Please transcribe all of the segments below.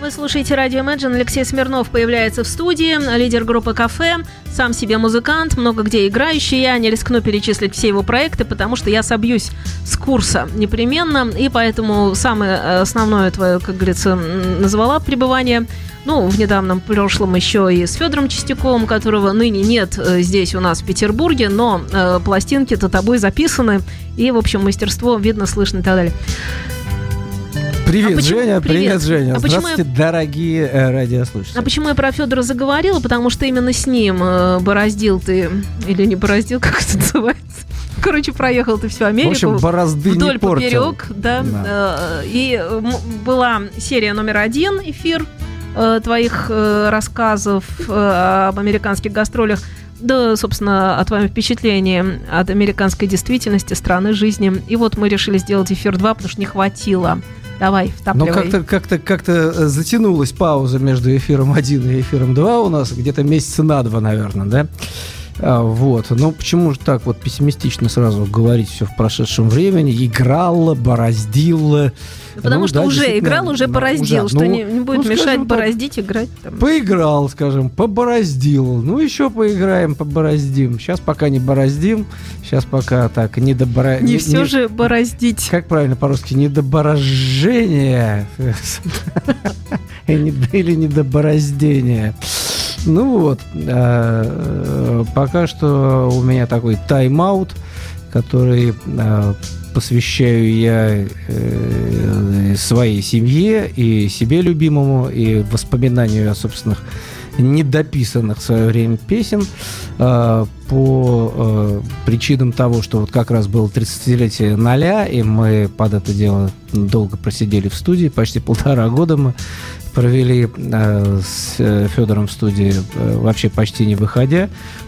вы слушаете радио Imagine. Алексей Смирнов появляется в студии, лидер группы «Кафе», сам себе музыкант, много где играющий. Я не рискну перечислить все его проекты, потому что я собьюсь с курса непременно, и поэтому самое основное твое, как говорится, назвала пребывание, в недавнем прошлом еще и с Федором Чистяковым, которого ныне нет здесь у нас в Петербурге, но пластинки-то тобой записаны, и, в общем, мастерство видно, слышно и так далее. Привет, Женя. Привет, Женя. Здравствуйте, дорогие радиослушатели. А почему я про Федора заговорила? Потому что именно с ним бороздил ты, или не бороздил, как это называется? Короче, проехал ты всю Америку. В общем, борозды вдоль не портил. Поперек, да. И была серия номер 1, эфир твоих рассказов об американских гастролях. Да, собственно, о твоем впечатлении от американской действительности, страны, жизни. И вот мы решили сделать эфир 2, потому что не хватило. Давай, втапливай. Но как-то затянулась пауза между эфиром 1 и эфиром 2 у нас, где-то месяца на 2, наверное, да? Почему же так вот пессимистично сразу говорить все в прошедшем времени? Играл, бороздил. Потому что уже играл, уже бороздил. Что не будет мешать бороздить, играть. Там. Поиграл, скажем, побороздил. Еще поиграем, побороздим. Сейчас пока не бороздим. Сейчас пока так не добороздим. Не все же бороздить. Как правильно по-русски? Недоборождение. Или недобороздение. Пока что у меня такой тайм-аут, который посвящаю я своей семье и себе любимому, и воспоминанию о собственных недописанных в свое время песен по причинам того, что вот как раз было 30-летие «Ноля», и мы под это дело долго просидели в студии, почти 1,5 года мы провели с Федором в студии, вообще почти не выходя.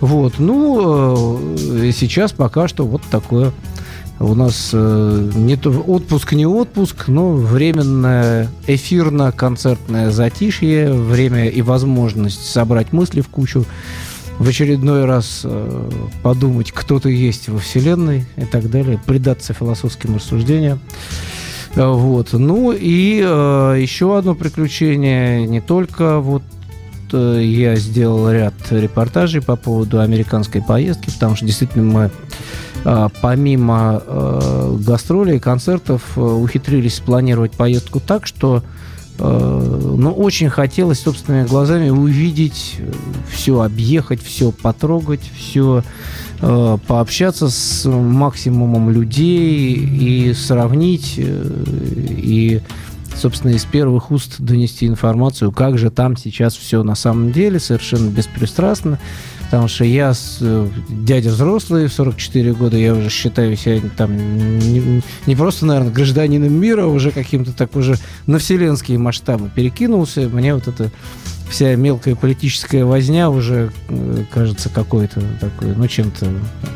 Сейчас пока что вот такое у нас отпуск, но временное эфирно-концертное затишье, время и возможность собрать мысли в кучу, в очередной раз подумать, кто-то есть во Вселенной и так далее, предаться философским рассуждениям. Еще одно приключение. Не только я сделал ряд репортажей по поводу американской поездки, потому что действительно мы помимо гастролей и концертов ухитрились спланировать поездку так, что очень хотелось собственными глазами увидеть все, объехать, все потрогать, все пообщаться с максимумом людей и сравнить, и, собственно, из первых уст донести информацию, как же там сейчас все на самом деле, совершенно беспристрастно. Потому что я дядя взрослый, в 44 года, я уже считаю себя там не просто, наверное, гражданином мира, уже каким-то так уже на вселенские масштабы перекинулся. Мне вот эта вся мелкая политическая возня уже кажется какой-то такой, чем-то,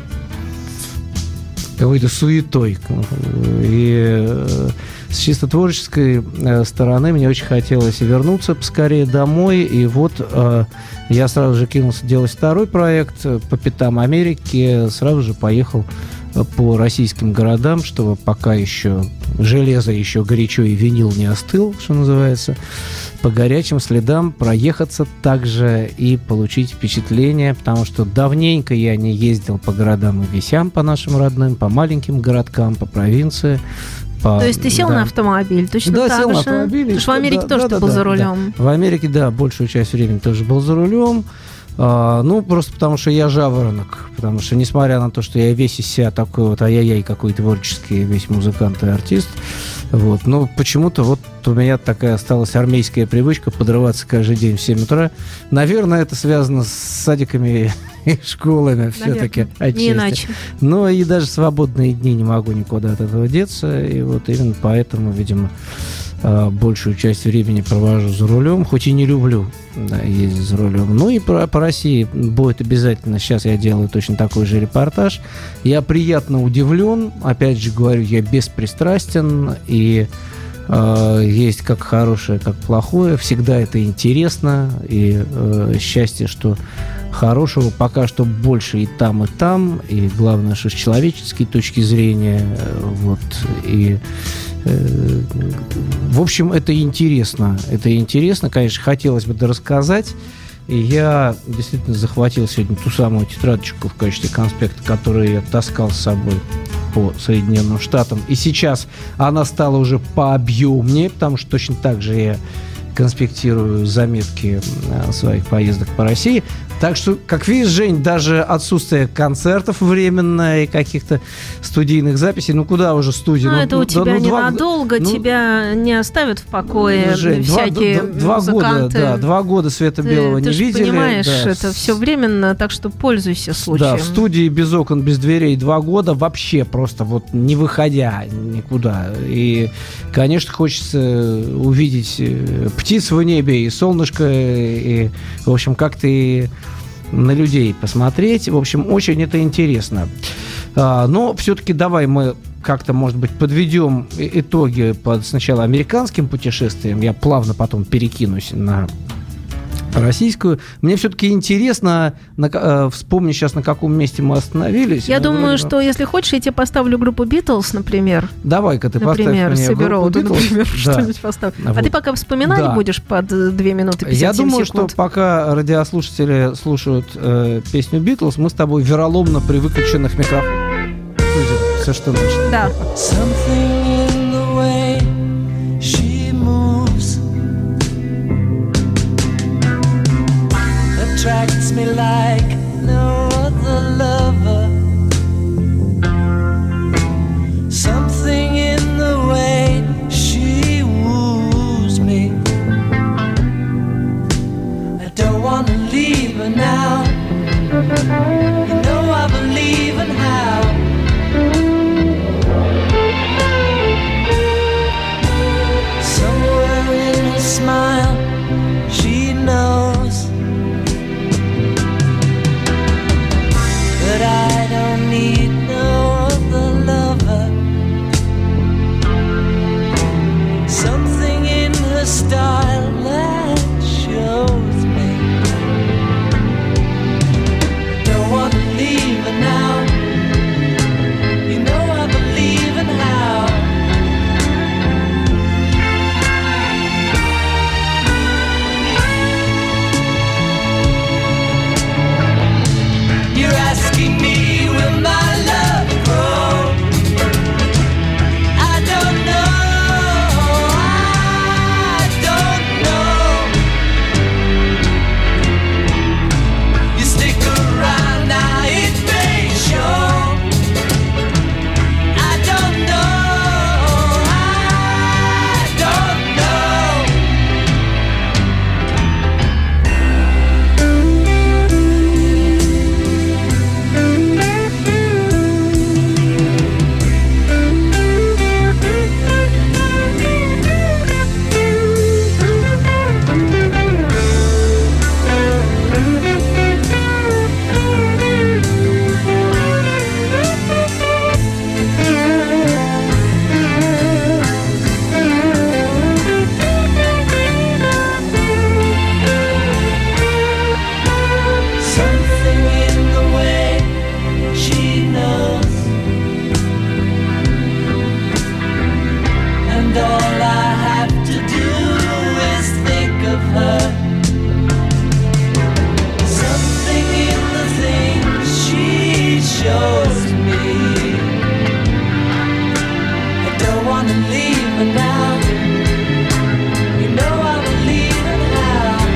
какой-то суетой. И с чисто творческой стороны мне очень хотелось вернуться поскорее домой. И я сразу же кинулся делать второй проект по пятам Америки. Сразу же поехал по российским городам, чтобы пока еще железо еще горячо и винил не остыл, что называется, по горячим следам проехаться также и получить впечатление, потому что давненько я не ездил по городам и весям, по нашим родным, по маленьким городкам, по провинции. То есть ты сел на автомобиль, точно так же? Да, сел на автомобиль. Потому что в Америке тоже ты был за рулем. Да. В Америке, большую часть времени тоже был за рулем. Просто потому что я жаворонок. Потому что, несмотря на то, что я весь из себя такой ай-яй-яй, какой творческий, весь музыкант и артист, но почему-то у меня такая осталась армейская привычка подрываться каждый день в 7 утра. Наверное, это связано с садиками и школами все-таки отчасти. Не иначе. Но и даже свободные дни не могу никуда от этого деться. И именно поэтому, видимо, большую часть времени провожу за рулем, хоть и не люблю ездить за рулем. И по России будет обязательно. Сейчас я делаю точно такой же репортаж. Я приятно удивлен. Опять же говорю, я беспристрастен. И есть как хорошее, как плохое. Всегда это интересно. И счастье, что хорошего пока что больше и там, и главное, что с человеческой точки зрения. И В общем, это интересно. Это интересно, конечно, хотелось бы рассказать. И я действительно захватил сегодня ту самую тетрадочку в качестве конспекта, которую я таскал с собой по Соединенным Штатам. И сейчас она стала уже пообъемнее, потому что точно так же я конспектирую заметки своих поездок по России. Так что, как видишь, Жень, даже отсутствие концертов временно и каких-то студийных записей, куда уже студии? Это у тебя ненадолго, тебя не оставят в покое, Жень, всякие музыканты. 2 года света белого не видели. Ты же понимаешь, это все временно, так что пользуйся случаем. Да, в студии без окон, без дверей 2 года, вообще просто не выходя никуда. И, конечно, хочется увидеть птиц в небе и солнышко, и, в общем, как-то и на людей посмотреть. В общем, очень это интересно. Но все-таки давай мы как-то, может быть, подведем итоги под сначала американским путешествием. Я плавно потом перекинусь на российскую. Мне все-таки интересно вспомнить сейчас, на каком месте мы остановились. Я думаю, что если хочешь, я тебе поставлю группу Битлз, например. Давай-ка ты поставь мне группу Битлз. Например, что-нибудь поставь. А ты пока вспоминать будешь под 2 минуты 57 секунд. Я думаю, что пока радиослушатели слушают песню Битлз, мы с тобой вероломно при выключенных микрофонах все, что нужно. Да. Attracts me like no other lover. Something in the way she woos me. I don't want to leave her now. You know I believe in how. Somewhere in her smile, she knows that I don't need no other lover. Something in her style that shows me I don't want to leave her now. You know I believe in how. You're asking me, will my love grow? I don't know, I don't know. You stick around now, it may show. I don't know, I don't know. Something in the way she knows, and all I have to do is think of her. Something in the things she shows me. I don't want to leave her now. You know I believe in how.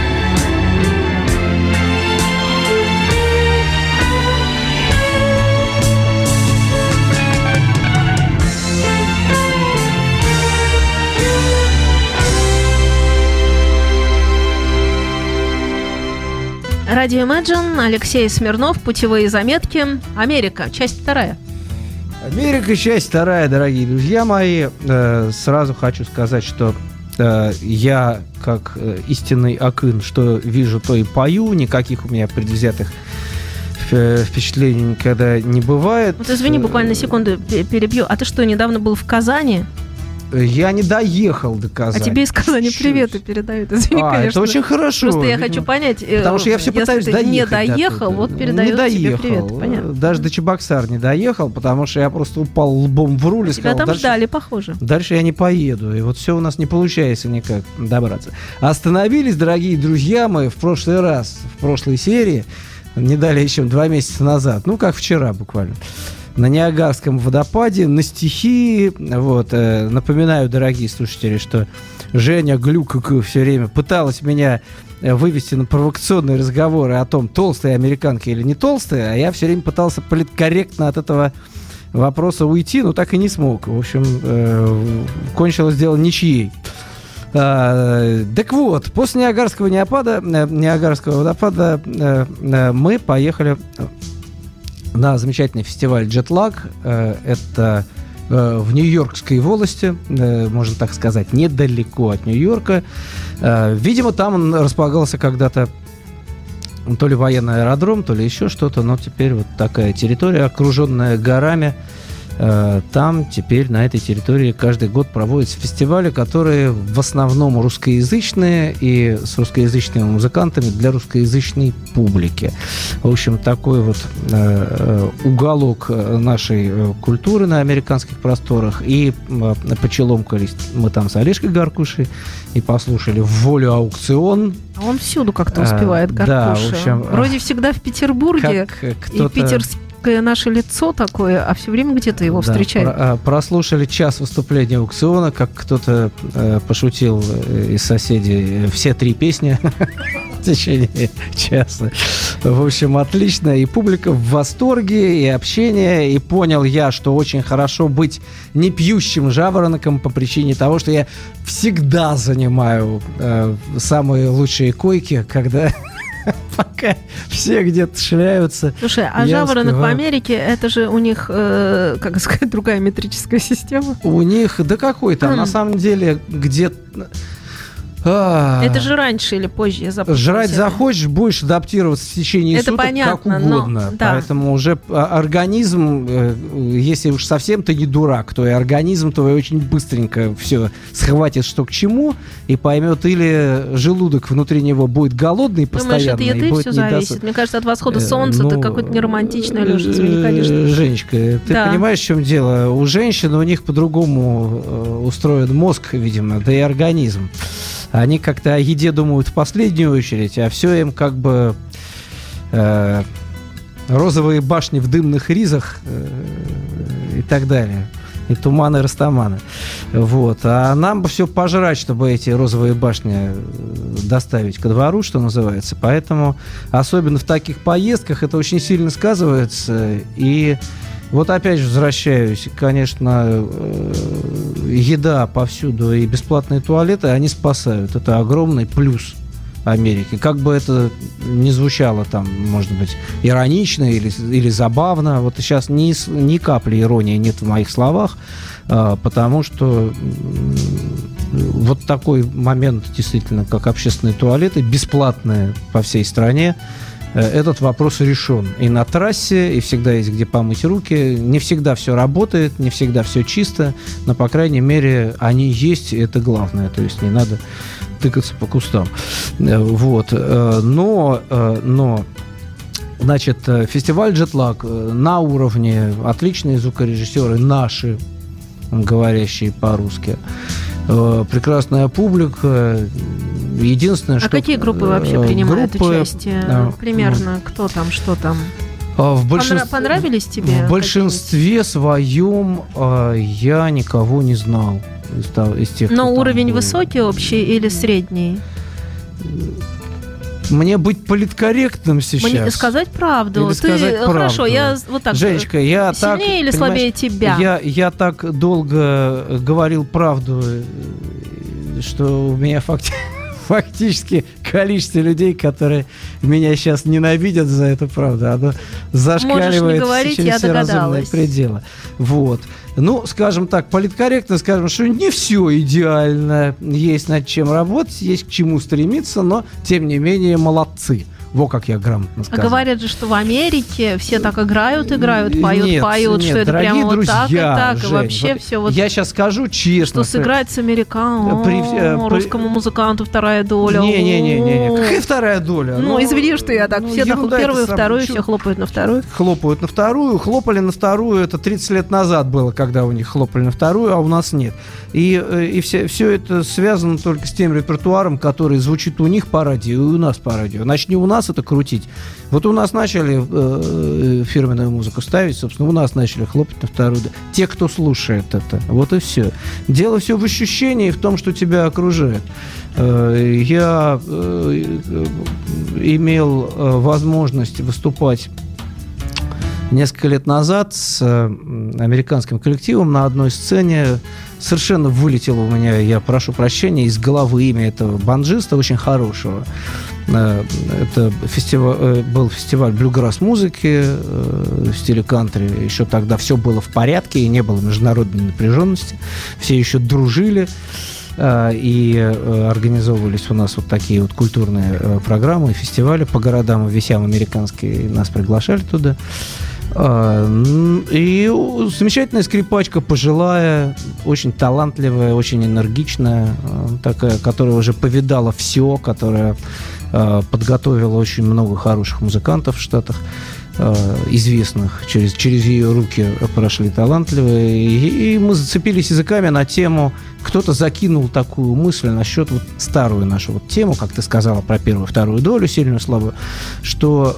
Радио Imagine, Алексей Смирнов, путевые заметки. Америка, часть 2. Америка, часть 2, дорогие друзья мои. Сразу хочу сказать, что я, как истинный акын, что вижу, то и пою. Никаких у меня предвзятых впечатлений никогда не бывает. Вот извини, буквально секунду перебью. А ты что, недавно был в Казани? Я не доехал до Казани. А тебе из Казани Чуть-чуть. приветы передают. Извини, конечно. Это очень хорошо. Просто я хочу понять. Потому что я все пытаюсь если ты доехать. не доехал, до вот туда. передают Не тебе доехал. привет. Понятно. Даже до Чебоксар не доехал, потому что я просто упал лбом в руль и Тебя сказал, там дальше, ждали, похоже. дальше я не поеду. И вот все у нас не получается никак добраться. Остановились, дорогие друзья мои, в прошлый раз, в прошлой серии, не далее, чем 2 месяца назад, ну, как вчера буквально, на Ниагарском водопаде, на стихии. Вот, напоминаю, дорогие слушатели, что Женя Глюк все время пыталась меня вывести на провокационные разговоры о том, толстая американка или не толстая, а я все время пытался политкорректно от этого вопроса уйти, но так и не смог. В общем, кончилось дело ничьей. Так вот, после Ниагарского водопада мы поехали на замечательный фестиваль «Джетлаг». Это в Нью-Йоркской волости, можно так сказать, недалеко от Нью-Йорка. Видимо, там располагался когда-то то ли военный аэродром, то ли еще что-то, но теперь вот такая территория, окруженная горами. Там теперь на этой территории каждый год проводятся фестивали, которые в основном русскоязычные и с русскоязычными музыкантами для русскоязычной публики. В общем, такой вот уголок нашей культуры на американских просторах. И почеломкались мы там с Олежкой Гаркушей и послушали «В волю аукцион». А он всюду как-то успевает, Гаркуша. Да, в общем, вроде всегда в Петербурге, и питерское наше лицо такое, а все время где-то его встречают. Прослушали час выступления аукциона, как кто-то пошутил из соседей, все 3 песни в течение часа. В общем, отлично. И публика в восторге, и общение. И понял я, что очень хорошо быть не пьющим жаворонком по причине того, что я всегда занимаю самые лучшие койки, когда... Пока все где-то шляются. Слушай, а жаворонок в Америке, это же у них, как сказать, другая метрическая система? У них, да какой там, на самом деле, где-то... Это же раньше или позже запустился? Жрать захочешь, будешь адаптироваться в течение это суток понятно, как угодно. Но, да. Поэтому уже организм, если уж совсем ты не дурак, то и организм твой очень быстренько все схватит, что к чему, и поймет, или желудок внутри него будет голодный постоянно. Думаешь, от еды все зависит? Мне кажется, от восхода солнца это какое-то неромантичное лежит, конечно. Женечка, ты понимаешь, в чем дело? У женщин, у них по-другому устроен мозг, видимо, да и организм. Они как-то о еде думают в последнюю очередь, а все им как бы розовые башни в дымных ризах и так далее. И туманы, растаманы. Вот. А нам бы все пожрать, чтобы эти розовые башни доставить ко двору, что называется. Поэтому, особенно в таких поездках, это очень сильно сказывается. И вот опять же возвращаюсь, конечно, еда повсюду и бесплатные туалеты, они спасают. Это огромный плюс Америки. Как бы это ни звучало там, может быть, иронично или забавно, вот сейчас ни капли иронии нет в моих словах, потому что вот такой момент, действительно, как общественные туалеты, бесплатные по всей стране, этот вопрос решен. И на трассе, и всегда есть где помыть руки. Не всегда все работает, не всегда все чисто, но, по крайней мере, они есть, и это главное. То есть не надо тыкаться по кустам. Вот. Но значит, фестиваль «Джетлаг» на уровне, отличные звукорежиссеры, наши, говорящие по-русски. Прекрасная публика. Единственное, что... А какие группы вообще принимают участие? Примерно кто там, что там? Понравились тебе? В большинстве своем я никого не знал из тех, но уровень высокий общий или средний? Мне быть политкорректным сейчас. Мне сказать правду. Или сказать правду. Хорошо, я вот так. Женечка, я сильнее так, или слабее тебя? Я так долго говорил правду, что у меня фактически количество людей, которые меня сейчас ненавидят за эту правду, оно зашкаливает через все разумные пределы. Вот. Ну, скажем так, политкорректно скажем, что не все идеально, есть над чем работать, есть к чему стремиться, но, тем не менее, молодцы. Во, как я грамотно А сказал. говорят же, что в Америке все так играют, поют, Нет, поют, нет, что это дорогие прямо вот так и друзья, так, и Жень, вообще вот все вот... Я сейчас скажу честно. Что сыграть с американцем, при- русскому музыканту вторая доля. Не. Какая вторая доля? Ну, извини, что я так. Все ерунда первую, это вторую, чё? все хлопают на вторую. Хлопают на вторую, хлопали на вторую, это 30 лет назад было, когда у них хлопали на вторую, а у нас нет. И все это связано только с тем репертуаром, который звучит у них по радио и у нас по радио. Начни у нас это крутить. Вот у нас начали фирменную музыку ставить, собственно, у нас начали хлопать на вторую. Те, кто слушает это. Вот и все. Дело все в ощущении, в том, что тебя окружает. Я имел возможность выступать несколько лет назад с американским коллективом на одной сцене. Совершенно вылетело у меня, я прошу прощения, из головы имя этого банджиста, очень хорошего. Это был фестиваль блюграсс музыки в стиле кантри. Еще тогда все было в порядке, и не было международной напряженности. Все еще дружили. И организовывались у нас вот такие вот культурные программы, фестивали по городам и весям американские. Нас приглашали туда. И замечательная скрипачка, пожилая, очень талантливая, очень энергичная, такая, которая уже повидала все, которая подготовила очень много хороших музыкантов в Штатах, известных, через ее руки прошли талантливые, и мы зацепились языками на тему, кто-то закинул такую мысль насчет вот старую нашу вот тему, как ты сказала про первую, вторую долю, сильную, слабую, что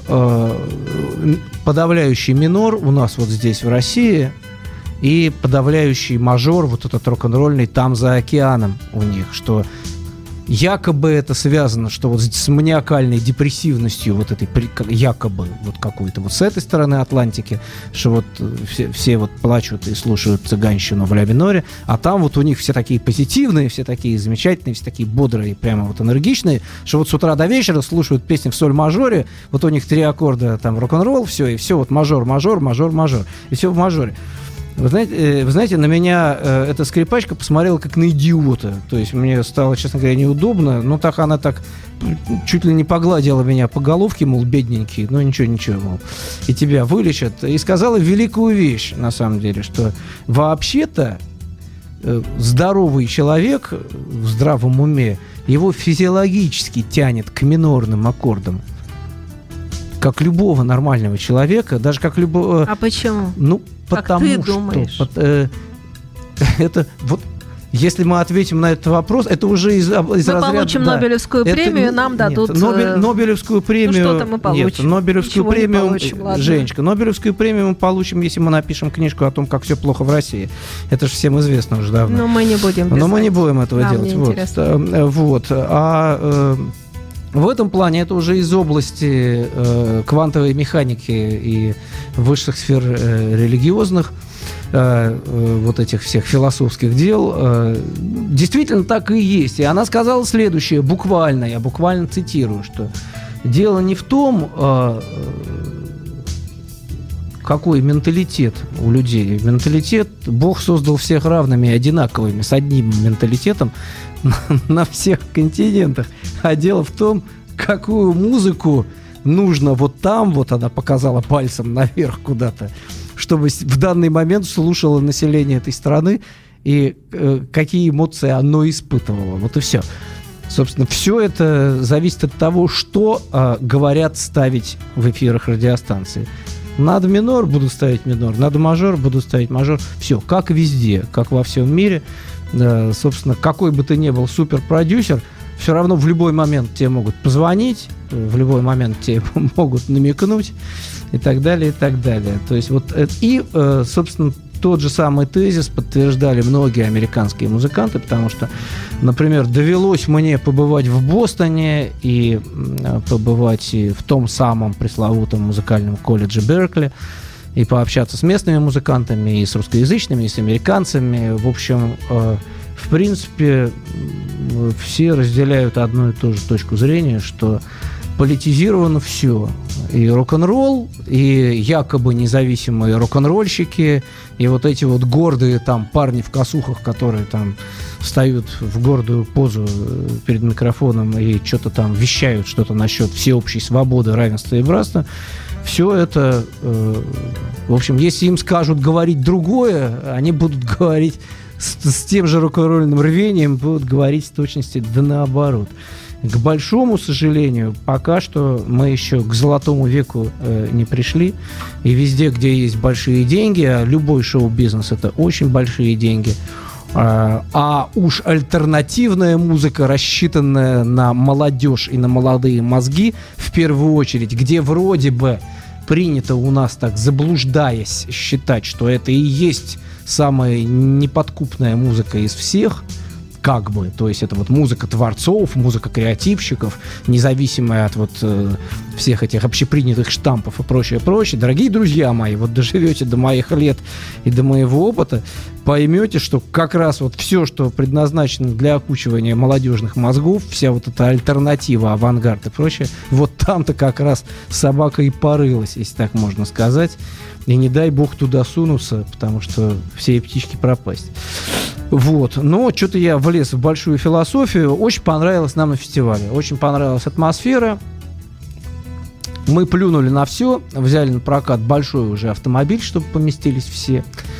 подавляющий минор у нас вот здесь в России и подавляющий мажор, вот этот рок-н-ролльный, там за океаном у них, что якобы это связано, что вот с маниакальной депрессивностью вот этой, якобы вот какой-то вот с этой стороны Атлантики, что вот все вот плачут и слушают цыганщину в ля миноре, а там вот у них все такие позитивные, все такие замечательные, все такие бодрые, прямо вот энергичные, что вот с утра до вечера слушают песни в соль-мажоре, вот у них 3 аккорда, там рок-н-ролл, все, и все вот мажор, и все в мажоре. Вы знаете, на меня эта скрипачка посмотрела как на идиота. То есть мне стало, честно говоря, неудобно. Ну, так она так чуть ли не погладила меня по головке, мол, бедненький. Ну, ничего, мол, и тебя вылечат. И сказала великую вещь, на самом деле, что вообще-то здоровый человек в здравом уме, его физиологически тянет к минорным аккордам. Как любого нормального человека, даже как любого... А почему? Ну, как потому ты думаешь? Это вот, если мы ответим на этот вопрос, это уже из разряда... Мы получим Нобелевскую премию, нам дадут... Нобелевскую премию... Ну, что-то мы получим. Нет, Нобелевскую Ничего премию... не получим, ладно. Женечка, Нобелевскую премию мы получим, если мы напишем книжку о том, как все плохо в России. Это же всем известно уже давно. Но мы не будем писать. Но мы не будем этого Нам делать. неинтересно. В этом плане это уже из области квантовой механики и высших сфер религиозных, вот этих всех философских дел. Действительно так и есть. И она сказала следующее, я буквально цитирую, что дело не в том, какой менталитет у людей. Менталитет, Бог создал всех равными и одинаковыми, с одним менталитетом на всех континентах. А дело в том, какую музыку нужно вот там, вот она показала пальцем наверх куда-то, чтобы в данный момент слушало население этой страны и какие эмоции оно испытывало. Вот и все. Собственно, все это зависит от того, что говорят ставить в эфирах радиостанции. Надо минор, буду ставить минор. Надо мажор, буду ставить мажор. Все, как везде, как во всем мире. Собственно, какой бы ты ни был суперпродюсер, все равно в любой момент тебе могут позвонить, в любой момент тебе могут намекнуть и так далее, и так далее. То есть вот и, собственно, тот же самый тезис подтверждали многие американские музыканты, потому что, например, довелось мне побывать в Бостоне и побывать и в том самом пресловутом музыкальном колледже Беркли, и пообщаться с местными музыкантами, и с русскоязычными, и с американцами. В общем, в принципе, все разделяют одну и ту же точку зрения, что политизировано все. и рок-н-ролл, и якобы независимые рок-н-ролльщики, и вот эти вот гордые там парни в косухах, которые там встают в гордую позу перед микрофоном и что-то там вещают, что-то насчет всеобщей свободы, равенства и братства. Все это, в общем, если им скажут говорить другое, они будут говорить с тем же рок-н-ролльным рвением, будут говорить в точности да наоборот. К большому сожалению, пока что мы еще к золотому веку не пришли. И везде, где есть большие деньги, а любой шоу-бизнес – это очень большие деньги, а уж альтернативная музыка, рассчитанная на молодежь и на молодые мозги, в первую очередь, где вроде бы принято у нас так, заблуждаясь, считать, что это и есть самая неподкупная музыка из всех, как бы, то есть это вот музыка творцов, музыка креативщиков, независимая от вот всех этих общепринятых штампов и прочее, прочее. Дорогие друзья мои, вот доживете до моих лет и до моего опыта, поймете, что как раз вот все, что предназначено для окучивания молодежных мозгов, вся вот эта альтернатива, авангард и прочее, вот там-то как раз собака и порылась, если так можно сказать. И не дай бог туда сунуться, потому что все птички пропасть. Вот. Но что-то я влез в большую философию. Очень понравилось нам на фестивале. Очень понравилась атмосфера. Мы плюнули на все. Взяли на прокат большой уже автомобиль, чтобы поместились все.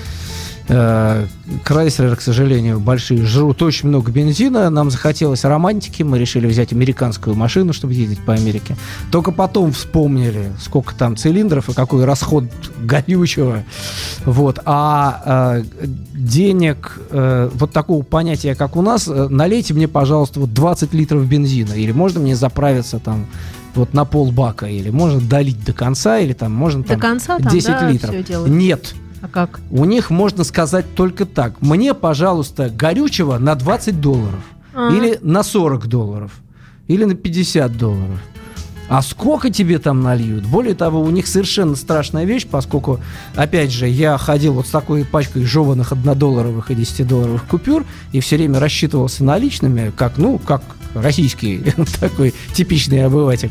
Крайслеры, к сожалению, большие, жрут очень много бензина. Нам захотелось романтики. Мы решили взять американскую машину, чтобы ездить по Америке. Только потом вспомнили, сколько там цилиндров и какой расход горючего. Вот. А денег, вот такого понятия, как у нас, налейте мне, пожалуйста, вот 20 литров бензина. Или можно мне заправиться там вот на полбака, или можно долить до конца, или там можно там, до конца, там 10 да, литров. Нет. А как? У них можно сказать только так. Мне, пожалуйста, горючего на $20. Или на $40. Или на $50. А сколько тебе там нальют? Более того, у них совершенно страшная вещь, поскольку, опять же, я ходил вот с такой пачкой жеванных $1 и $10 купюр и все время рассчитывался наличными, как российский такой типичный обыватель.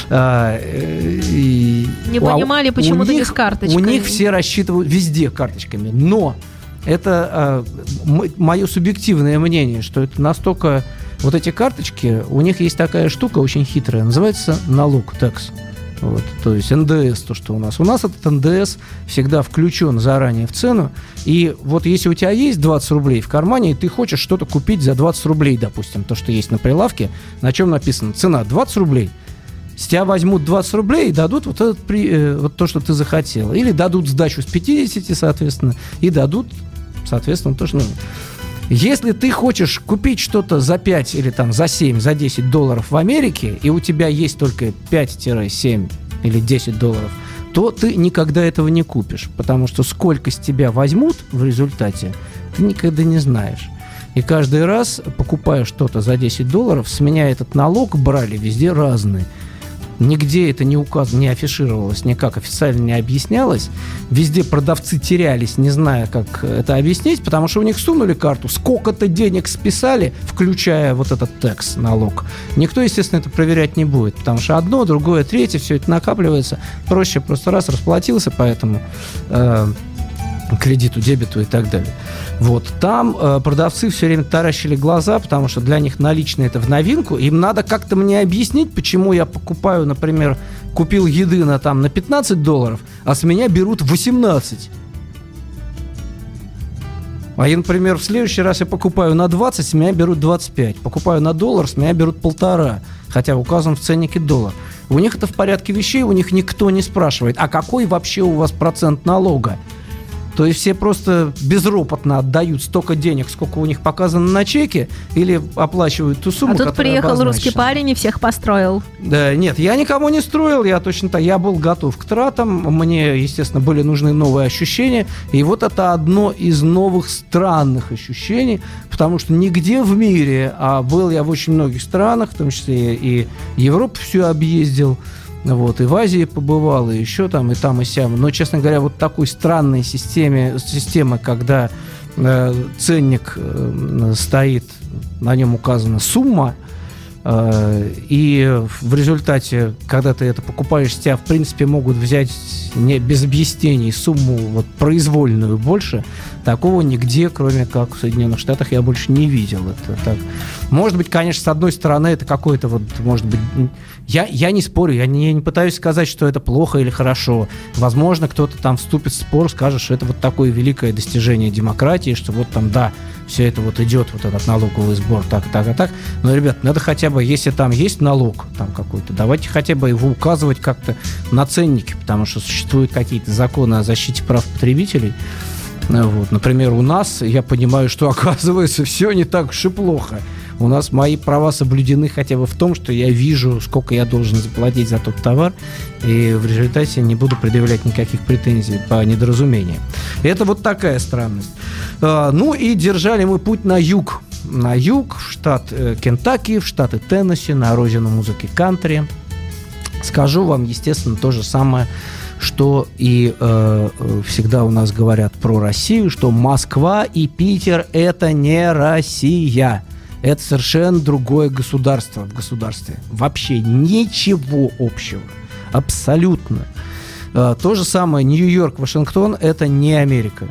Не понимали, почему-то без карточки. У них все рассчитывают везде карточками. Но это мое субъективное мнение, что это настолько... Вот эти карточки, у них есть такая штука очень хитрая, называется налог, такс. Вот, то есть НДС, то, что у нас. У нас этот НДС всегда включен заранее в цену. И вот если у тебя есть 20 рублей в кармане, и ты хочешь что-то купить за 20 рублей, допустим, то, что есть на прилавке, на чем написано цена 20 рублей, с тебя возьмут 20 рублей и дадут вот то, что ты захотел. Или дадут сдачу с 50, соответственно, и дадут, соответственно, то, что нужно. Если ты хочешь купить что-то за 5 или там за 7, за $10 в Америке, и у тебя есть только 5-7 или $10, то ты никогда этого не купишь, потому что сколько с тебя возьмут в результате, ты никогда не знаешь. И каждый раз, покупая что-то за $10, с меня этот налог брали везде разный. Нигде это не указано, не афишировалось, никак официально не объяснялось. Везде продавцы терялись, не зная, как это объяснить, потому что у них сунули карту, сколько-то денег списали, включая вот этот такс, налог. Никто, естественно, это проверять не будет, потому что одно, другое, третье, все это накапливается. Проще просто раз расплатился по этому кредиту, дебету и так далее. Вот. Там продавцы все время таращили глаза, потому что для них наличные это в новинку. Им надо как-то мне объяснить, почему я покупаю, например, купил еды на $15, а с меня берут 18. А я, например, в следующий раз я покупаю на 20, с меня берут 25. Покупаю на $1, с меня берут 1,5. Хотя указан в ценнике $1. У них это в порядке вещей, у них никто не спрашивает, а какой вообще у вас процент налога? То есть все просто безропотно отдают столько денег, сколько у них показано на чеке, или оплачивают ту сумму, которая приехал обозначена. Русский парень и всех построил. Да, нет, я никого не строил, я точно так, я был готов к тратам, мне, естественно, были нужны новые ощущения, и вот это одно из новых странных ощущений, потому что нигде в мире, а был я в очень многих странах, в том числе и Европу всю объездил, вот, и в Азии побывал, и еще там, и сям. Но, честно говоря, вот такой странной системы, когда ценник стоит, на нем указана сумма, И в результате, когда ты это покупаешь, с тебя, в принципе, могут взять не без объяснений сумму вот произвольную больше. Такого нигде, кроме как в Соединенных Штатах, я больше не видел. Это так. Может быть, конечно, с одной стороны, это какой-то вот, может быть... Я не спорю, я не пытаюсь сказать, что это плохо или хорошо. Возможно, кто-то там вступит в спор, скажет, что это вот такое великое достижение демократии, что вот там, да, все это вот идет, вот этот налоговый сбор, так. Но, ребят, надо хотя бы, если там есть налог там какой-то, давайте хотя бы его указывать как-то на ценники, потому что существуют какие-то законы о защите прав потребителей. Вот. Например, у нас, я понимаю, что, оказывается, все не так уж и плохо. У нас мои права соблюдены хотя бы в том, что я вижу, сколько я должен заплатить за тот товар, и в результате не буду предъявлять никаких претензий по недоразумению. Это вот такая странность. Ну и держали мы путь на юг. На юг, в штат Кентаки, в штаты Теннесси, на родину музыки кантри. Скажу вам, естественно, то же самое, что и всегда у нас говорят про Россию, что Москва и Питер – это не Россия. Это совершенно другое государство в государстве. Вообще ничего общего. Абсолютно. То же самое Нью-Йорк, Вашингтон – это не Америка.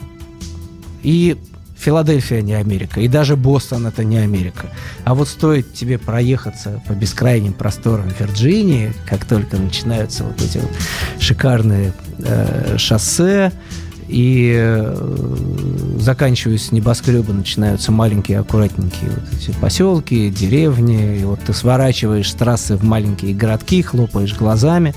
И Филадельфия не Америка. И даже Бостон – это не Америка. А вот стоит тебе проехаться по бескрайним просторам Вирджинии, как только начинаются вот эти вот шикарные шоссе, и заканчиваясь небоскребы, начинаются маленькие аккуратненькие вот эти поселки, деревни, и вот ты сворачиваешь с трассы в маленькие городки, хлопаешь глазами.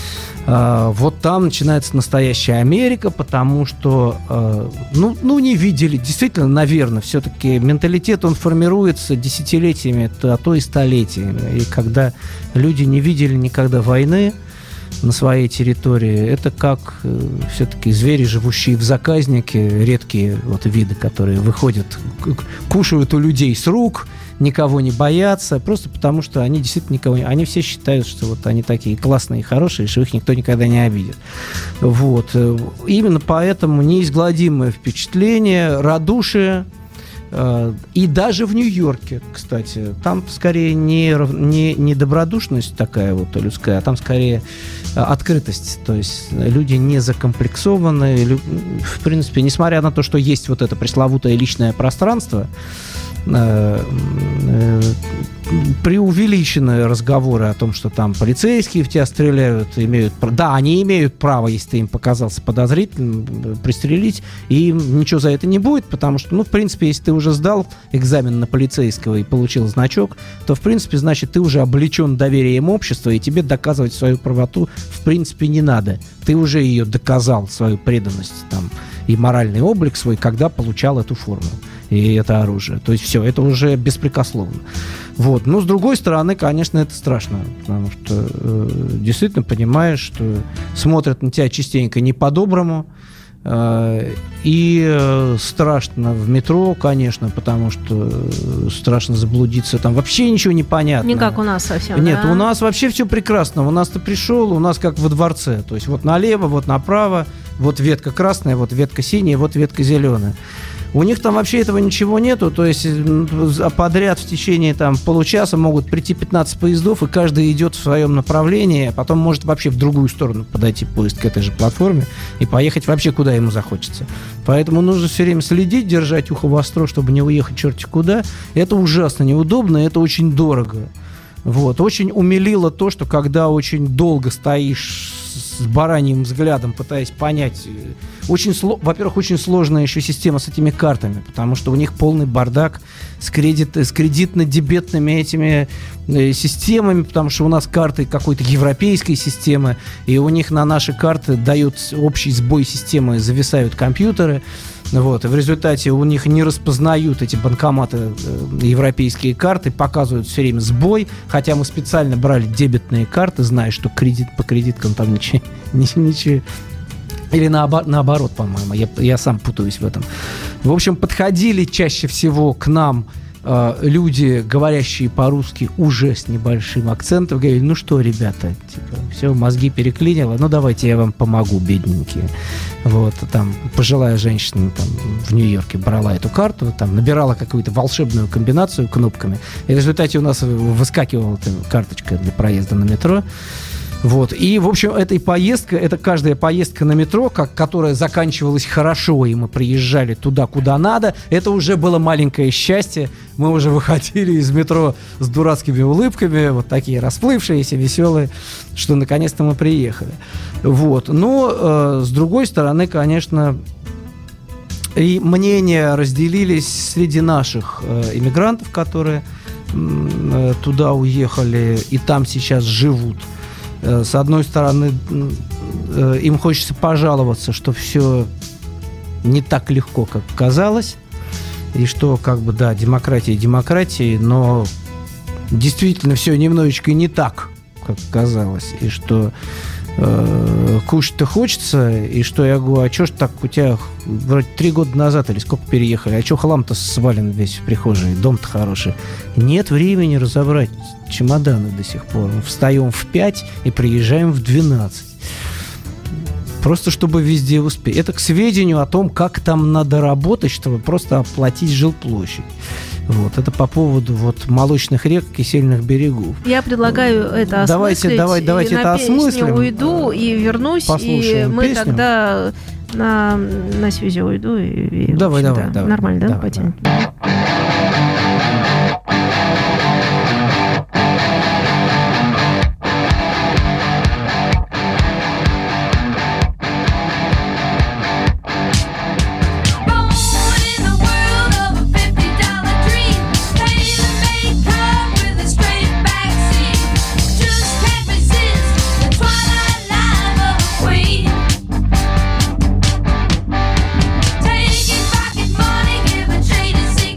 Вот там начинается настоящая Америка, потому что, не видели, действительно, наверное, все-таки менталитет, он формируется десятилетиями, а то и столетиями. И когда люди не видели никогда войны на своей территории, это как все-таки звери, живущие в заказнике, редкие вот виды, которые выходят, кушают у людей с рук, никого не боятся, просто потому что они действительно никого не... Они все считают, что вот они такие классные и хорошие, что их никто никогда не обидит. Вот. Именно поэтому неизгладимое впечатление, радушие. И даже в Нью-Йорке, кстати, там скорее не добродушность такая вот людская, а там скорее открытость. То есть люди не закомплексованы. В принципе, несмотря на то, что есть вот это пресловутое личное пространство, преувеличенные разговоры о том, что там полицейские в тебя стреляют, да, они имеют право, если ты им показался подозрительным, пристрелить, и им ничего за это не будет, потому что, в принципе, если ты уже сдал экзамен на полицейского и получил значок, то, в принципе, значит, ты уже облечен доверием общества, и тебе доказывать свою правоту, в принципе, не надо. Ты уже ее доказал, свою преданность там, и моральный облик свой, когда получал эту форму и это оружие. То есть все, это уже беспрекословно. Вот. Но с другой стороны, конечно, это страшно, потому что действительно понимаешь, что смотрят на тебя частенько не по-доброму, и страшно в метро, конечно, потому что страшно заблудиться, там вообще ничего не понятно. Не как у нас совсем. Нет, да? У нас вообще все прекрасно. У нас ты пришел, у нас как во дворце. То есть вот налево, вот направо, вот ветка красная, вот ветка синяя, вот ветка зеленая. У них там вообще этого ничего нету, то есть подряд в течение там получаса могут прийти 15 поездов, и каждый идет в своем направлении, а потом может вообще в другую сторону подойти поезд к этой же платформе и поехать вообще куда ему захочется. Поэтому нужно все время следить, держать ухо востро, чтобы не уехать черти куда. Это ужасно неудобно, это очень дорого. Вот. Очень умилило то, что когда очень долго стоишь с бараньим взглядом, пытаясь понять, во-первых, очень сложная еще система с этими картами, потому что у них полный бардак с кредитно-дебетными этими системами, потому что у нас карты какой-то европейской системы, и у них на наши карты дают общий сбой системы, зависают компьютеры. Вот, и в результате у них не распознают эти банкоматы европейские карты, показывают все время сбой, хотя мы специально брали дебетные карты, зная, что по кредиткам там ничего. Или наоборот, по-моему, я сам путаюсь в этом. В общем, подходили чаще всего к нам люди, говорящие по-русски уже с небольшим акцентом, говорили: ну что, ребята, типа, все, мозги переклинило, ну давайте я вам помогу, бедненькие. Вот, там пожилая женщина там, в Нью-Йорке брала эту карту, там набирала какую-то волшебную комбинацию кнопками, и в результате у нас выскакивала эта карточка для проезда на метро. Вот. И, в общем, это каждая поездка на метро, которая заканчивалась хорошо, и мы приезжали туда, куда надо, это уже было маленькое счастье. Мы уже выходили из метро с дурацкими улыбками, вот такие расплывшиеся, веселые, что наконец-то мы приехали. Вот. Но, с другой стороны, конечно, и мнения разделились среди наших иммигрантов, которые туда уехали и там сейчас живут. С одной стороны, им хочется пожаловаться, что все не так легко, как казалось, и что, как бы, да, демократия, но действительно все немножечко не так, как казалось, и что кушать-то хочется, и что я говорю: а что ж так у тебя вроде 3 года назад или сколько переехали, а что хлам-то свален весь в прихожей, дом-то хороший. Нет времени разобрать чемоданы до сих пор. Мы встаем в 5 и приезжаем в 12. Просто чтобы везде успеть. Это к сведению о том, как там надо работать, чтобы просто оплатить жилплощадь. Вот. Это по поводу вот молочных рек, кисельных берегов. Я предлагаю это осмыслить. Давайте это осмыслим. Я уйду и вернусь, послушаем и мы песню. Тогда на связи уйду. И давай. Нормально, да? Давай, Потянем. Taking pocket money, giving shady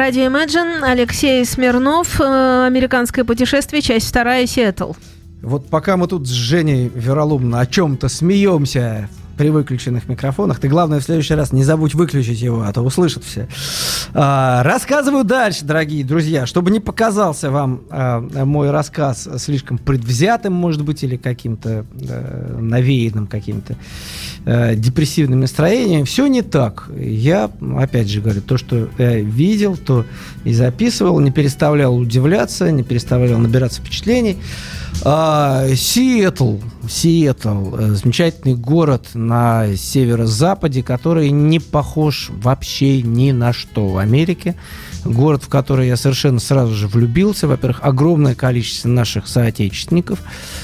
Радио Imagine, Алексей Смирнов, «Американское путешествие», часть 2, Сиэтл. Вот пока мы тут с Женей вероломно о чем-то смеемся при выключенных микрофонах, ты, главное, в следующий раз не забудь выключить его, а то услышат все. Рассказываю дальше, дорогие друзья, чтобы не показался вам мой рассказ слишком предвзятым, может быть, или каким-то навеянным каким-то депрессивным настроением. Все не так. Я, опять же говорю, то, что я видел, то и записывал, не переставлял удивляться, не переставлял набираться впечатлений. Сиэтл, замечательный город на северо-западе, который не похож вообще ни на что в Америке. Город, в который я совершенно сразу же влюбился. Во-первых, огромное количество наших соотечественников.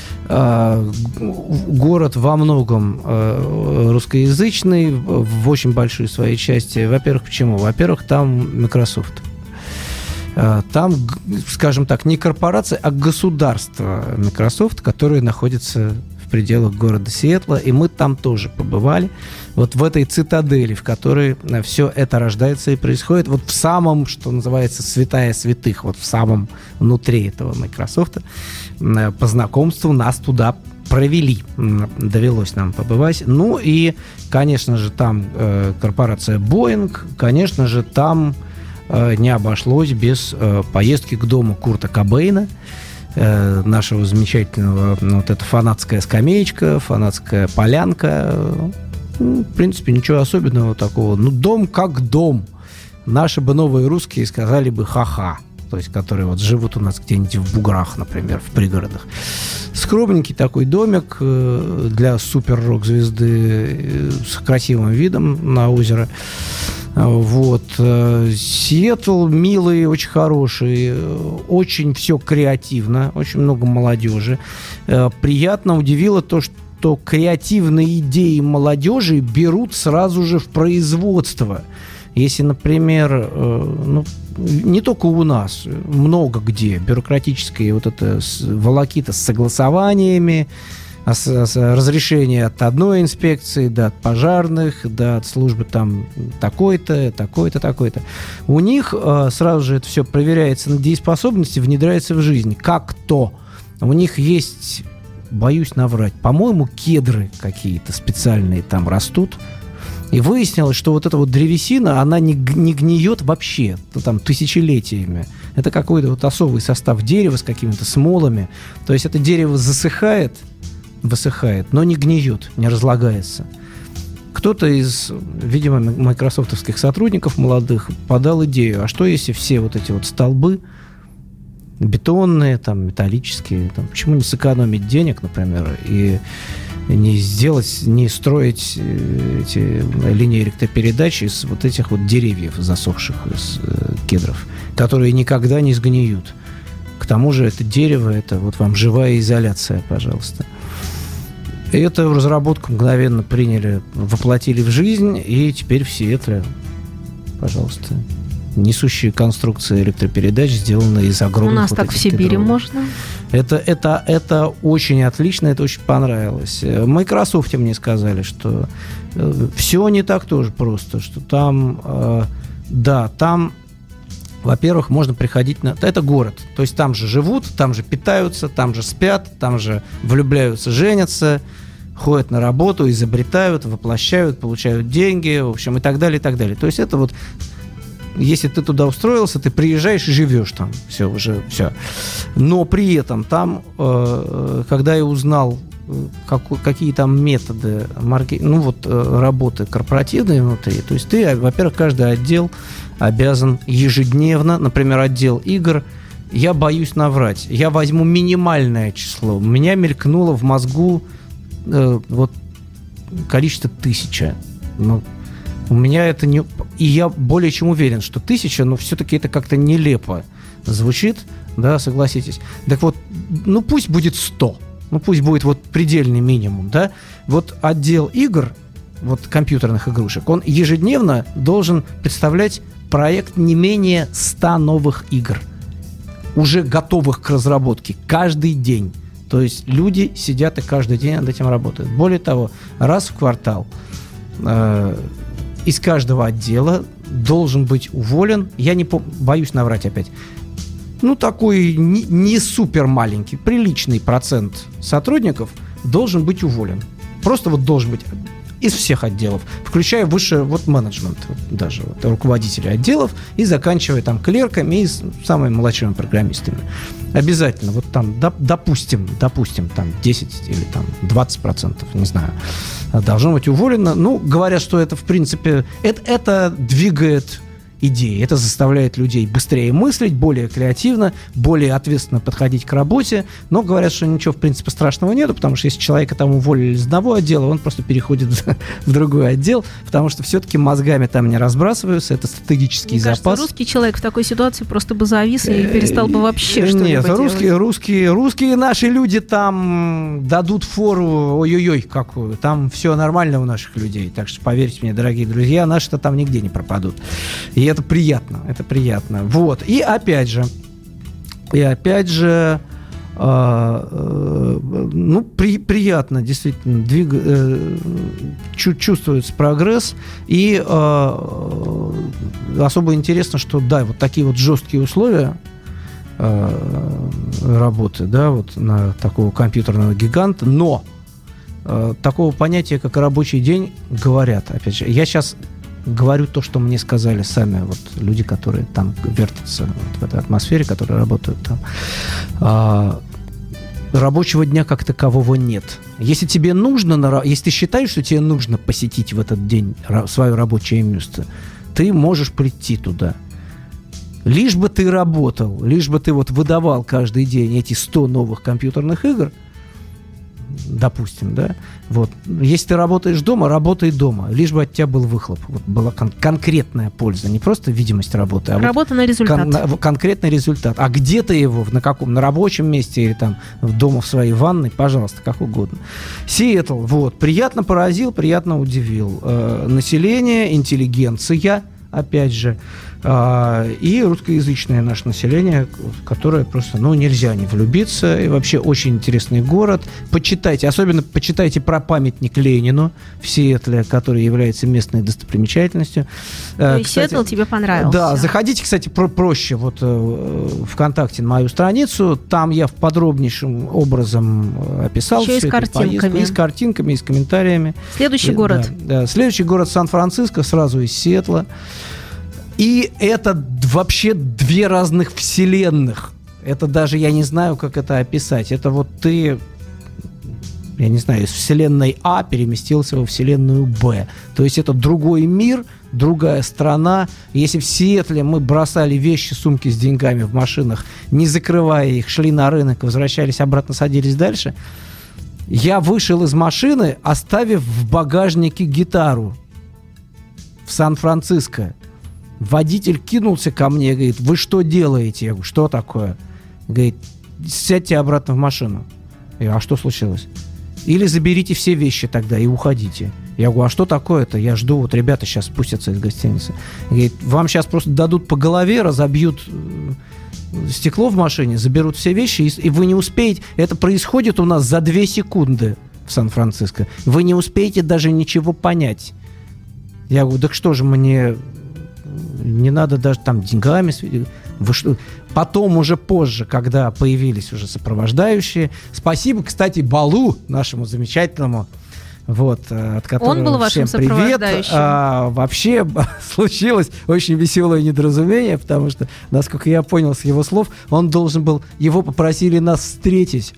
Город во многом русскоязычный, в очень большой своей части. Во-первых, почему? Во-первых, там Microsoft. Там, скажем так, не корпорация, а государство Microsoft, которое находится в пределах города Сиэтла, и мы там тоже побывали, вот в этой цитадели, в которой все это рождается и происходит, вот в самом, что называется, святая святых, вот в самом внутри этого Microsoft. По знакомству нас туда провели, довелось нам побывать. Ну и, конечно же, там корпорация Boeing, конечно же, там не обошлось без поездки к дому Курта Кобейна, нашего замечательного, вот эта фанатская скамеечка, фанатская полянка. В принципе, ничего особенного такого. Ну, дом как дом. Наши бы новые русские сказали бы ха-ха. То есть, которые вот живут у нас где-нибудь в буграх, например, в пригородах. Скромненький такой домик для супер-рок-звезды с красивым видом на озеро. Вот. Сиэтл милый, очень хороший, очень все креативно, очень много молодежи. Приятно удивило то, что креативные идеи молодежи берут сразу же в производство. Если, например, не только у нас, много где бюрократические вот это волокита с согласованиями, разрешение от одной инспекции, да, от пожарных, да, от службы там такой-то. У них сразу же это все проверяется на дееспособности, внедряется в жизнь. Как-то. У них есть, боюсь наврать, по-моему, кедры какие-то специальные там растут. И выяснилось, что вот эта вот древесина, она не гниет вообще, там, тысячелетиями. Это какой-то вот особый состав дерева с какими-то смолами. То есть это дерево высыхает, но не гниет, не разлагается. Кто-то из, видимо, майкрософтовских сотрудников молодых подал идею, а что если все вот эти вот столбы бетонные, там, металлические, там, почему не сэкономить денег, например, и не строить эти линии электропередач из вот этих вот деревьев, засохших из кедров, которые никогда не сгниют. К тому же это дерево, это вот вам живая изоляция, пожалуйста. И эту разработку мгновенно приняли, воплотили в жизнь, и теперь в Сиэтле, пожалуйста, несущие конструкции электропередач сделаны из огромных. У нас вот так в этих Сибири кедровых. можно. Это очень отлично, это очень понравилось. В Microsoft мне сказали, что все не так тоже просто, что там, там, во-первых, можно приходить на... Это город, то есть там же живут, там же питаются, там же спят, там же влюбляются, женятся, ходят на работу, изобретают, воплощают, получают деньги, в общем, и так далее, и так далее. То есть это вот, если ты туда устроился, ты приезжаешь и живешь там, все. Но при этом там, когда я узнал, какие там методы работы корпоративные внутри, то есть ты, во-первых, каждый отдел обязан ежедневно, например, отдел игр, я боюсь наврать, я возьму минимальное число, у меня мелькнуло в мозгу количество 1000. У меня это не... И я более чем уверен, что 1000, но все-таки это как-то нелепо звучит, да, согласитесь. Так вот, пусть будет 100, пусть будет вот предельный минимум, да. Вот отдел игр, вот компьютерных игрушек, он ежедневно должен представлять проект не менее 100 новых игр, уже готовых к разработке, каждый день. То есть люди сидят и каждый день над этим работают. Более того, раз в квартал из каждого отдела должен быть уволен. Я боюсь наврать опять. Такой не супер маленький, приличный процент сотрудников должен быть уволен. Просто должен быть из всех отделов, включая высший менеджмент, даже руководители отделов, и заканчивая там клерками и самыми младшими программистами. Обязательно, допустим, там 10 или там 20%, не знаю, должно быть уволено. Говорят, что это, в принципе, это двигает идеи. Это заставляет людей быстрее мыслить, более креативно, более ответственно подходить к работе. Но говорят, что ничего, в принципе, страшного нету, потому что если человека там уволили из одного отдела, он просто переходит в другой отдел, потому что все-таки мозгами там не разбрасываются. Это стратегический запас. Мне кажется, русский человек в такой ситуации просто бы завис и перестал бы вообще что-либо делать. Нет, русские наши люди там дадут фору, ой-ой-ой, какую. Там все нормально у наших людей. Так что, поверьте мне, дорогие друзья, наши-то там нигде не пропадут. И это приятно. Вот. И опять же, приятно, действительно, чувствуется прогресс. И особо интересно, что, вот такие вот жесткие условия работы, на такого компьютерного гиганта, но такого понятия, как рабочий день, говорят. Опять же, я сейчас говорю то, что мне сказали сами люди, которые там вертятся в этой атмосфере, которые работают там. Рабочего дня как такового нет. Если тебе нужно, если ты считаешь, что тебе нужно посетить в этот день свое рабочее место, ты можешь прийти туда. Лишь бы ты работал, лишь бы ты выдавал каждый день эти 100 новых компьютерных игр, допустим, если ты работаешь дома, работай дома, лишь бы от тебя был выхлоп, была конкретная польза, не просто видимость работы, а работа на результат. Конкретный результат. А где ты его, на рабочем месте или там дома в своей ванной, пожалуйста, как угодно. Сиэтл, приятно поразил, приятно удивил. Население, интеллигенция, опять же, и русскоязычное наше население, которое просто, нельзя не влюбиться. И вообще очень интересный город. Особенно почитайте про памятник Ленину в Сиэтле, который является местной достопримечательностью. То есть Сиэтл тебе понравился? Да, заходите, кстати, проще ВКонтакте на мою страницу. Там я подробнейшим образом описал еще все это. И с картинками, и с комментариями. Следующий город? Да, следующий город Сан-Франциско, сразу из Сиэтла. И это вообще две разных вселенных. Это даже, я не знаю, как это описать. Это ты, я не знаю, из вселенной А переместился во вселенную Б. То есть это другой мир, другая страна. Если в Сиэтле мы бросали вещи, сумки с деньгами в машинах, не закрывая их, шли на рынок, возвращались обратно, садились дальше, я вышел из машины, оставив в багажнике гитару в Сан-Франциско. Водитель кинулся ко мне и говорит: вы что делаете? Я говорю: что такое? Говорит: сядьте обратно в машину. Я говорю: а что случилось? Или заберите все вещи тогда и уходите. Я говорю: а что такое-то? Я жду, ребята сейчас спустятся из гостиницы. Говорит: вам сейчас просто дадут по голове, разобьют стекло в машине, заберут все вещи, и вы не успеете. Это происходит у нас за 2 секунды в Сан-Франциско. Вы не успеете даже ничего понять. Я говорю: так что же мне... Не надо даже там деньгами. Вы что? Потом, уже позже, когда появились уже сопровождающие. Спасибо, кстати, Балу, нашему замечательному, от которого он был вашим всем привет. Вообще случилось очень веселое недоразумение, потому что, насколько я понял с его слов, он должен был, его попросили нас встретить.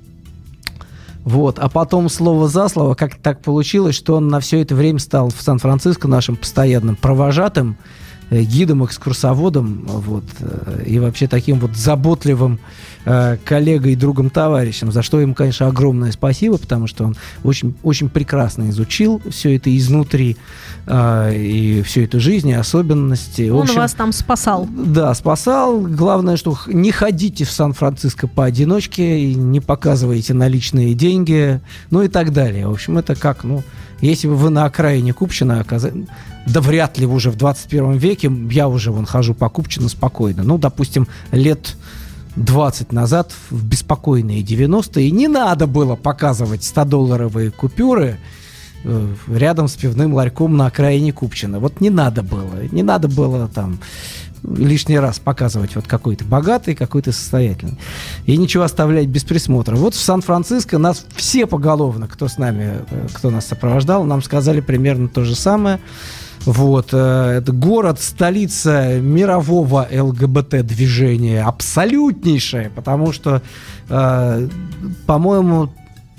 А потом слово за слово, как так получилось, что он на все это время стал в Сан-Франциско нашим постоянным провожатым, гидом, экскурсоводом, и вообще таким заботливым коллегой, другом, товарищем, за что ему, конечно, огромное спасибо, потому что он очень, очень прекрасно изучил все это изнутри, и всю эту жизнь, и особенности. Он вас там спасал. Да, спасал. Главное, что не ходите в Сан-Франциско поодиночке, и не показывайте наличные деньги, и так далее. В общем, это как, если бы вы на окраине Купчино оказались... Да вряд ли уже в 21 веке, я уже хожу по Купчино спокойно. Допустим, лет 20 назад, в беспокойные 90-е, не надо было показывать 100-долларовые купюры рядом с пивным ларьком на окраине Купчино. Вот не надо было там лишний раз показывать вот какой ты богатый, какой ты состоятельный. И ничего оставлять без присмотра. Вот в Сан-Франциско нас все поголовно, кто нас сопровождал, нам сказали примерно то же самое. Вот, это город, столица мирового ЛГБТ-движения, абсолютнейшая, потому что, по-моему,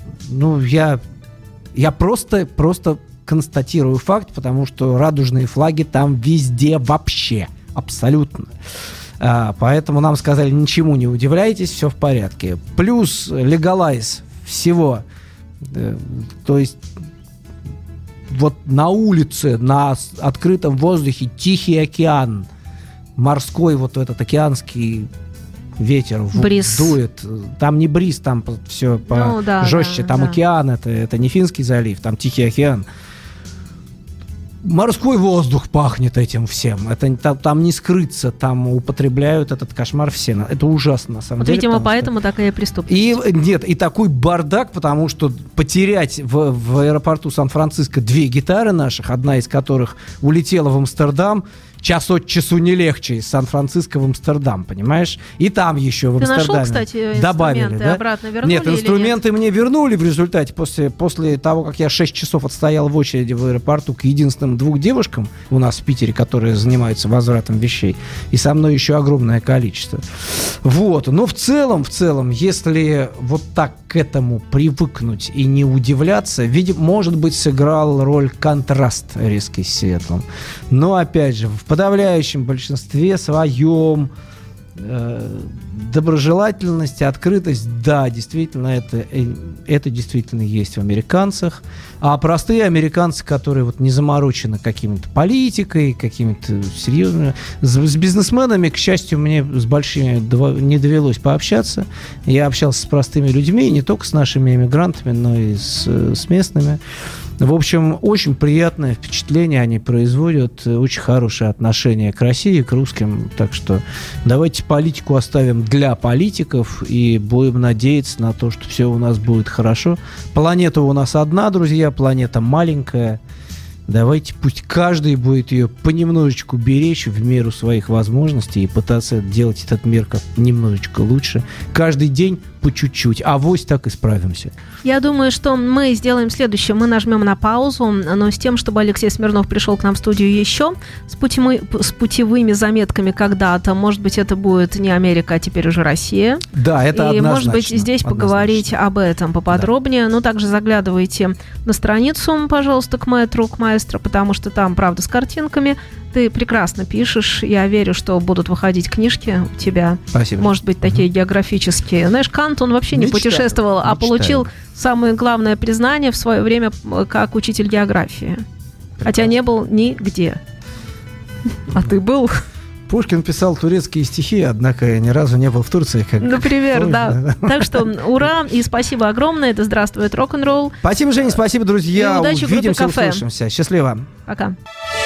я просто констатирую факт, потому что радужные флаги там везде вообще, абсолютно. Поэтому нам сказали, ничему не удивляйтесь, все в порядке. Плюс легалайз всего, то есть вот на улице, на открытом воздухе Тихий океан, морской вот этот океанский ветер дует. Там не бриз, там все жестче. Там океан, это не Финский залив, там Тихий океан. Морской воздух пахнет этим всем. Там не скрыться, там употребляют этот кошмар все. Это ужасно, на самом деле. Видимо, поэтому такая преступность. И такой бардак, потому что потерять в аэропорту Сан-Франциско 2 гитары наших, одна из которых улетела в Амстердам, час от часу не легче из Сан-Франциско в Амстердам, понимаешь? И там еще в Амстердаме нашел, кстати, добавили, инструменты, обратно вернули? Нет, инструменты мне вернули в результате после того, как я 6 часов отстоял в очереди в аэропорту к единственным 2 девушкам у нас в Питере, которые занимаются возвратом вещей, и со мной еще огромное количество. Вот, но в целом, если вот так к этому привыкнуть и не удивляться, видимо, может быть, сыграл роль контраст резкий с Сиэтлом. Но, опять же, в подавляющем большинстве своем доброжелательность, открытость, да, действительно, это действительно есть в американцах. А простые американцы, которые вот не заморочены какими-то политикой, какими-то серьезными... С бизнесменами, к счастью, мне с большими не довелось пообщаться. Я общался с простыми людьми, не только с нашими эмигрантами, но и с местными. В общем, очень приятное впечатление они производят, очень хорошее отношение к России, к русским. Так что давайте политику оставим для политиков и будем надеяться на то, что все у нас будет хорошо. Планета у нас одна, друзья, планета маленькая. Давайте пусть каждый будет ее понемножечку беречь в меру своих возможностей и пытаться делать этот мир как немножечко лучше. Каждый день по чуть-чуть. Авось так и справимся. Я думаю, что мы сделаем следующее. Мы нажмем на паузу, но с тем, чтобы Алексей Смирнов пришел к нам в студию еще с путевыми заметками когда-то. Может быть, это будет не Америка, а теперь уже Россия. Да, это и, однозначно. Может быть, здесь поговорить об этом поподробнее. Да. Но также заглядывайте на страницу, пожалуйста, к маэстро, потому что там, правда, с картинками. Ты прекрасно пишешь. Я верю, что будут выходить книжки у тебя. Спасибо. Может быть, такие географические. Знаешь, Кант, он вообще не путешествовал, а получил самое главное признание в свое время как учитель географии. Прекрасно. Хотя не был нигде. А ты был? Пушкин писал турецкие стихи, однако ни разу не был в Турции. Например, да. Так что ура и спасибо огромное. Это «Здравствует рок-н-ролл». Спасибо, Женя, спасибо, друзья. И удачи в группе Увидимся, «Кафе». услышимся. Счастливо. Пока.